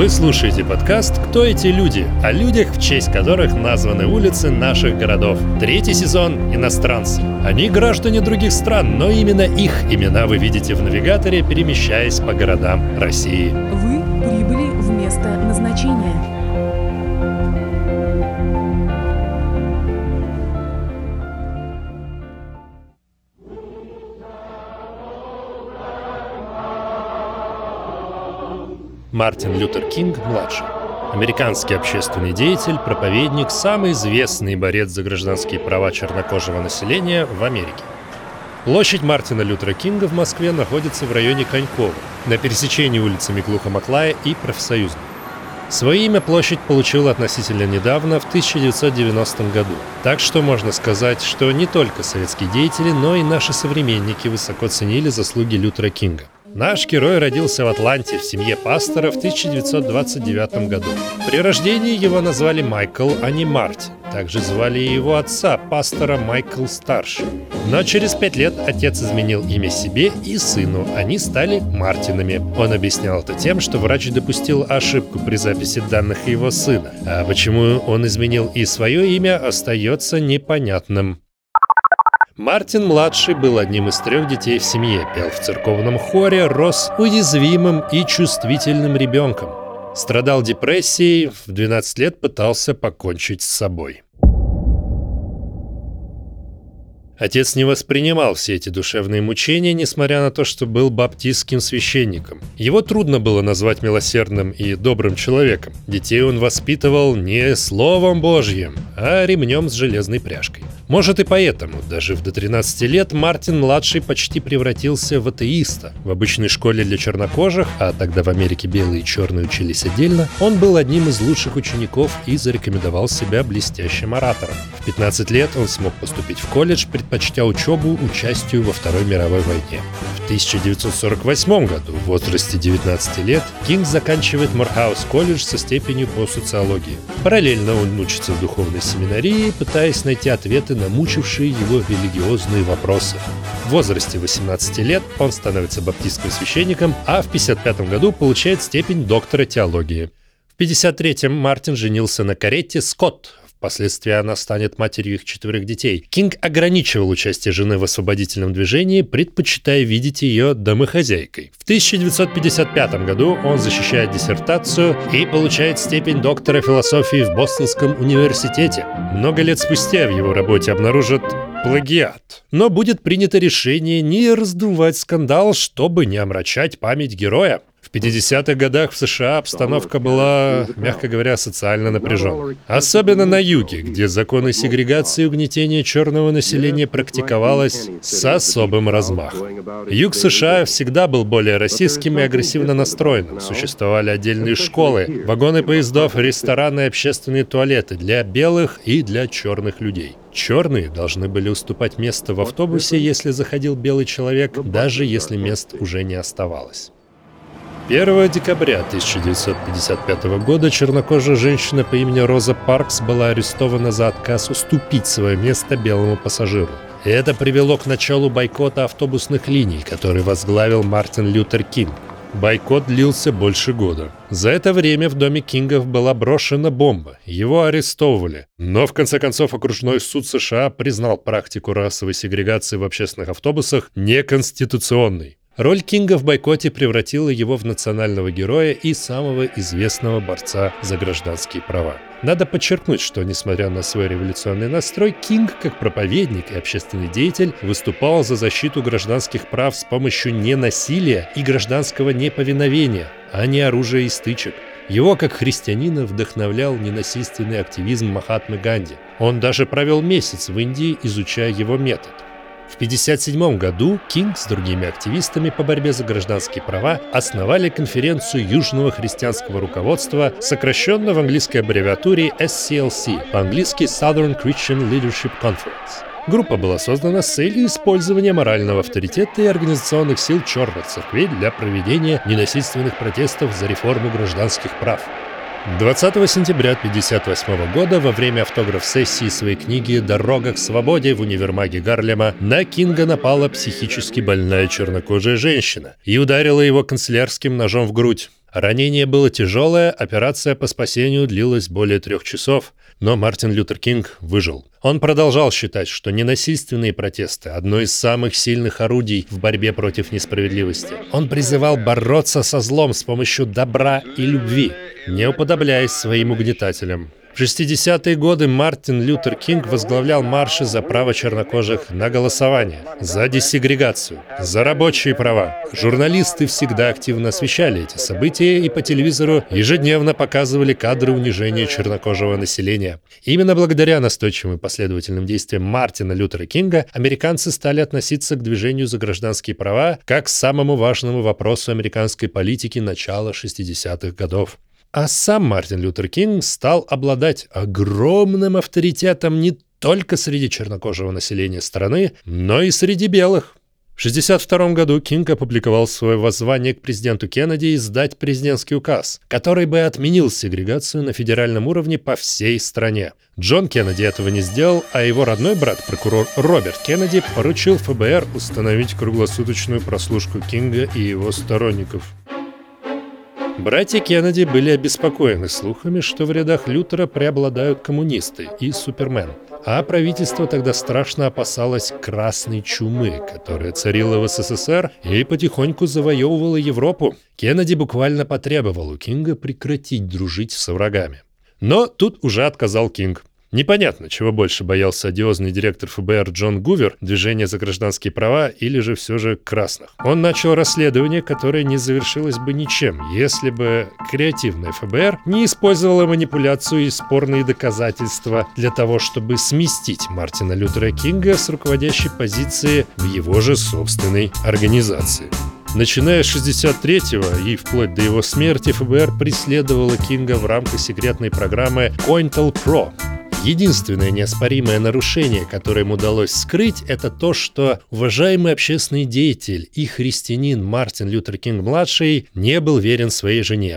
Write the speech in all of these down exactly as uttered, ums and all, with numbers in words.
Вы слушаете подкаст «Кто эти люди?», о людях, в честь которых названы улицы наших городов. Третий сезон «Иностранцы». Они граждане других стран, но именно их имена вы видите в навигаторе, перемещаясь по городам России. Вы прибыли в место назначения. Мартин Лютер Кинг-младший. Американский общественный деятель, проповедник, самый известный борец за гражданские права чернокожего населения в Америке. Площадь Мартина Лютера Кинга в Москве находится в районе Конькова, на пересечении улицы Миклуха-Маклая и Профсоюзной. Свое имя площадь получила относительно недавно, в тысяча девятьсот девяностом году. Так что можно сказать, что не только советские деятели, но и наши современники высоко ценили заслуги Лютера Кинга. Наш герой родился в Атланте в семье пастора в тысяча девятьсот двадцать девятом году. При рождении его назвали Майкл, а не Мартин. Также звали и его отца, пастора Майкл Старший. Но через пять лет отец изменил имя себе и сыну. Они стали Мартинами. Он объяснял это тем, что врач допустил ошибку при записи данных его сына. А почему он изменил и свое имя, остается непонятным. Мартин-младший был одним из трех детей в семье, пел в церковном хоре, рос уязвимым и чувствительным ребенком. Страдал депрессией, в двенадцать лет пытался покончить с собой. Отец не воспринимал все эти душевные мучения, несмотря на то, что был баптистским священником. Его трудно было назвать милосердным и добрым человеком. Детей он воспитывал не Словом Божьим, а ремнем с железной пряжкой. Может и поэтому, дожив до тринадцати лет, Мартин-младший почти превратился в атеиста. В обычной школе для чернокожих, а тогда в Америке белые и черные учились отдельно, он был одним из лучших учеников и зарекомендовал себя блестящим оратором. В пятнадцать лет он смог поступить в колледж, предпочтя учебу участию во Второй мировой войне. В тысяча девятьсот сорок восьмом году, в возрасте девятнадцати лет, Кинг заканчивает Морхаус-колледж со степенью по социологии. Параллельно он учится в духовной семинарии, пытаясь найти ответы на мучившие его религиозные вопросы. В возрасте восемнадцати лет он становится баптистским священником, а в пятьдесят пятом году получает степень доктора теологии. В пятьдесят третьем Мартин женился на Коретте Скотт. Впоследствии она станет матерью их четверых детей. Кинг ограничивал участие жены в освободительном движении, предпочитая видеть ее домохозяйкой. В тысяча девятьсот пятьдесят пятом году он защищает диссертацию и получает степень доктора философии в Бостонском университете. Много лет спустя в его работе обнаружат плагиат. Но будет принято решение не раздувать скандал, чтобы не омрачать память героя. В пятидесятых годах в США обстановка была, мягко говоря, социально напряженной. Особенно на юге, где законы сегрегации и угнетения черного населения практиковалось с особым размахом. Юг США всегда был более расистским и агрессивно настроенным. Существовали отдельные школы, вагоны поездов, рестораны и общественные туалеты для белых и для черных людей. Черные должны были уступать место в автобусе, если заходил белый человек, даже если мест уже не оставалось. первого декабря тысяча девятьсот пятьдесят пятого года чернокожая женщина по имени Роза Паркс была арестована за отказ уступить свое место белому пассажиру. Это привело к началу бойкота автобусных линий, который возглавил Мартин Лютер Кинг. Бойкот длился больше года. За это время в доме Кингов была брошена бомба. Его арестовывали. Но в конце концов окружной суд США признал практику расовой сегрегации в общественных автобусах неконституционной. Роль Кинга в бойкоте превратила его в национального героя и самого известного борца за гражданские права. Надо подчеркнуть, что, несмотря на свой революционный настрой, Кинг, как проповедник и общественный деятель, выступал за защиту гражданских прав с помощью ненасилия и гражданского неповиновения, а не оружия и стычек. Его, как христианина, вдохновлял ненасильственный активизм Махатмы Ганди. Он даже провел месяц в Индии, изучая его метод. В пятьдесят седьмом году Кинг с другими активистами по борьбе за гражданские права основали конференцию Южного христианского руководства, сокращенно в английской аббревиатуре эс си эл си, по-английски Southern Christian Leadership Conference. Группа была создана с целью использования морального авторитета и организационных сил черных церквей для проведения ненасильственных протестов за реформу гражданских прав. двадцатого сентября тысяча девятьсот пятьдесят восьмого года во время автограф-сессии своей книги «Дорога к свободе» в универмаге Гарлема на Кинга напала психически больная чернокожая женщина и ударила его канцелярским ножом в грудь. Ранение было тяжелое, операция по спасению длилась более трех часов, но Мартин Лютер Кинг выжил. Он продолжал считать, что ненасильственные протесты – одно из самых сильных орудий в борьбе против несправедливости. Он призывал бороться со злом с помощью добра и любви, не уподобляясь своим угнетателям. В шестидесятые годы Мартин Лютер Кинг возглавлял марши за право чернокожих на голосование, за десегрегацию, за рабочие права. Журналисты всегда активно освещали эти события и по телевизору ежедневно показывали кадры унижения чернокожего населения. Именно благодаря настойчивым и последовательным действиям Мартина Лютера Кинга американцы стали относиться к движению за гражданские права как к самому важному вопросу американской политики начала шестидесятых годов. А сам Мартин Лютер Кинг стал обладать огромным авторитетом не только среди чернокожего населения страны, но и среди белых. В шестьдесят втором году Кинг опубликовал свое воззвание к президенту Кеннеди издать президентский указ, который бы отменил сегрегацию на федеральном уровне по всей стране. Джон Кеннеди этого не сделал, а его родной брат, прокурор Роберт Кеннеди, поручил эф бэ эр установить круглосуточную прослушку Кинга и его сторонников. Братья Кеннеди были обеспокоены слухами, что в рядах Лютера преобладают коммунисты и Супермен, а правительство тогда страшно опасалось красной чумы, которая царила в эс эс эс эр и потихоньку завоевывала Европу. Кеннеди буквально потребовал у Кинга прекратить дружить со врагами. Но тут уже отказал Кинг. Непонятно, чего больше боялся одиозный директор эф бэ эр Джон Гувер, движение за гражданские права, или же все же красных. Он начал расследование, которое не завершилось бы ничем, если бы креативное эф бэ эр не использовало манипуляцию и спорные доказательства для того, чтобы сместить Мартина Лютера Кинга с руководящей позиции в его же собственной организации. Начиная с шестьдесят третьего и вплоть до его смерти, эф бэ эр преследовало Кинга в рамках секретной программы COINTELPRO. Единственное неоспоримое нарушение, которое им удалось скрыть, это то, что уважаемый общественный деятель и христианин Мартин Лютер Кинг-младший не был верен своей жене.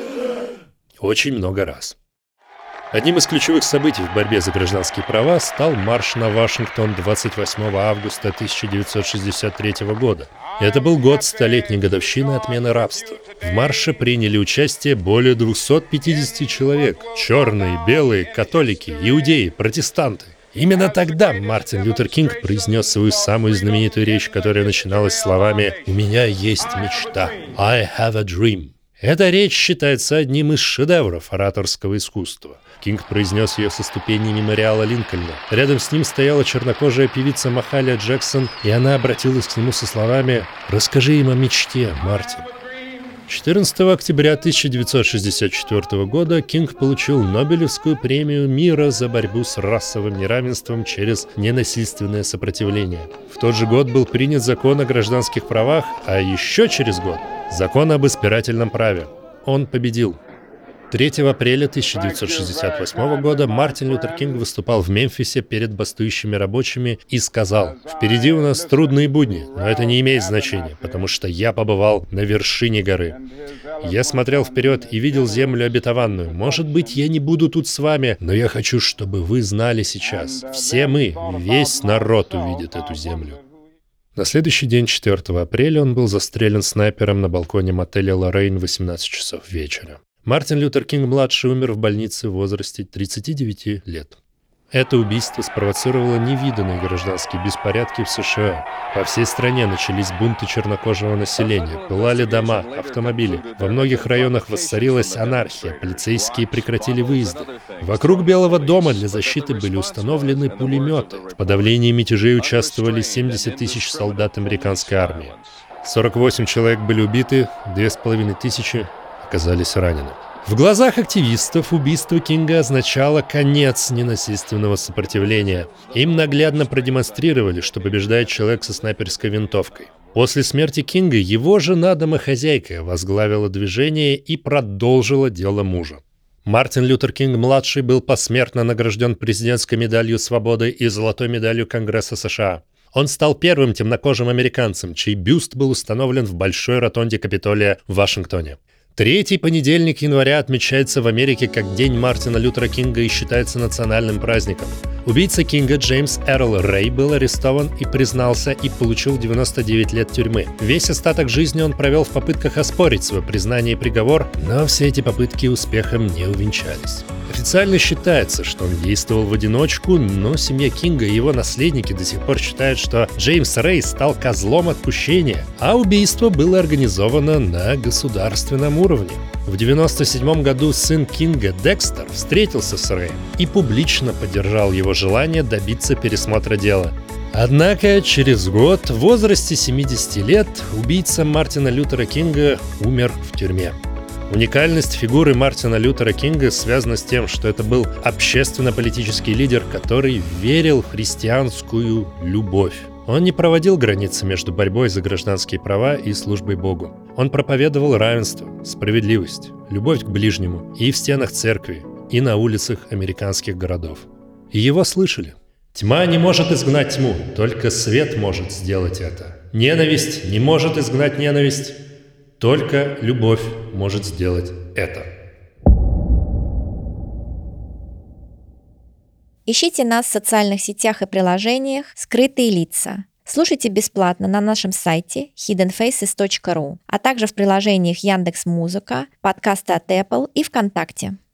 Очень много раз. Одним из ключевых событий в борьбе за гражданские права стал марш на Вашингтон двадцать восьмого августа тысяча девятьсот шестьдесят третьего года. Это был год столетней годовщины отмены рабства. В марше приняли участие более двухсот пятидесяти человек. Черные, белые, католики, иудеи, протестанты. Именно тогда Мартин Лютер Кинг произнес свою самую знаменитую речь, которая начиналась словами «У меня есть мечта. I have a dream». Эта речь считается одним из шедевров ораторского искусства. Кинг произнес ее со ступеней мемориала Линкольна. Рядом с ним стояла чернокожая певица Махалия Джексон, и она обратилась к нему со словами «Расскажи им о мечте, Мартин». четырнадцатого октября тысяча девятьсот шестьдесят четвёртого года Кинг получил Нобелевскую премию мира за борьбу с расовым неравенством через ненасильственное сопротивление. В тот же год был принят закон о гражданских правах, а еще через год – закон об избирательном праве. Он победил. третьего апреля тысяча девятьсот шестьдесят восьмого года Мартин Лютер Кинг выступал в Мемфисе перед бастующими рабочими и сказал: «Впереди у нас трудные будни, но это не имеет значения, потому что я побывал на вершине горы. Я смотрел вперед и видел землю обетованную. Может быть, я не буду тут с вами, но я хочу, чтобы вы знали сейчас. Все мы, весь народ увидит эту землю». На следующий день, четвёртого апреля, он был застрелен снайпером на балконе мотеля «Лоррейн» в восемнадцать часов вечера. Мартин Лютер Кинг-младший умер в больнице в возрасте тридцати девяти лет. Это убийство спровоцировало невиданные гражданские беспорядки в США. По всей стране начались бунты чернокожего населения, пылали дома, автомобили. Во многих районах воцарилась анархия, полицейские прекратили выезды. Вокруг Белого дома для защиты были установлены пулеметы. В подавлении мятежей участвовали семьдесят тысяч солдат американской армии. сорок восемь человек были убиты, две с половиной тысячи оказались ранены. В глазах активистов убийство Кинга означало конец ненасильственного сопротивления. Им наглядно продемонстрировали, что побеждает человек со снайперской винтовкой. После смерти Кинга его жена-домохозяйка возглавила движение и продолжила дело мужа. Мартин Лютер Кинг-младший был посмертно награжден президентской медалью свободы и золотой медалью Конгресса США. Он стал первым темнокожим американцем, чей бюст был установлен в Большой ротонде Капитолия в Вашингтоне. Третий понедельник января отмечается в Америке как День Мартина Лютера Кинга и считается национальным праздником. Убийца Кинга Джеймс Эрл Рэй был арестован и признался и получил девяносто девять лет тюрьмы. Весь остаток жизни он провел в попытках оспорить свое признание и приговор, но все эти попытки успехом не увенчались. Официально считается, что он действовал в одиночку, но семья Кинга и его наследники до сих пор считают, что Джеймс Рэй стал козлом отпущения, а убийство было организовано на государственном уровне. В девяносто седьмом году сын Кинга Декстер встретился с Рэем и публично поддержал его желание добиться пересмотра дела. Однако через год, в возрасте семидесяти лет, убийца Мартина Лютера Кинга умер в тюрьме. Уникальность фигуры Мартина Лютера Кинга связана с тем, что это был общественно-политический лидер, который верил в христианскую любовь. Он не проводил границы между борьбой за гражданские права и службой Богу. Он проповедовал равенство, справедливость, любовь к ближнему и в стенах церкви, и на улицах американских городов. И его слышали. Тьма не может изгнать тьму, только свет может сделать это. Ненависть не может изгнать ненависть, только любовь может сделать это. Ищите нас в социальных сетях и приложениях «Скрытые лица». Слушайте бесплатно на нашем сайте хидден фейсес точка ру, а также в приложениях Яндекс.Музыка, подкасты от Apple и ВКонтакте.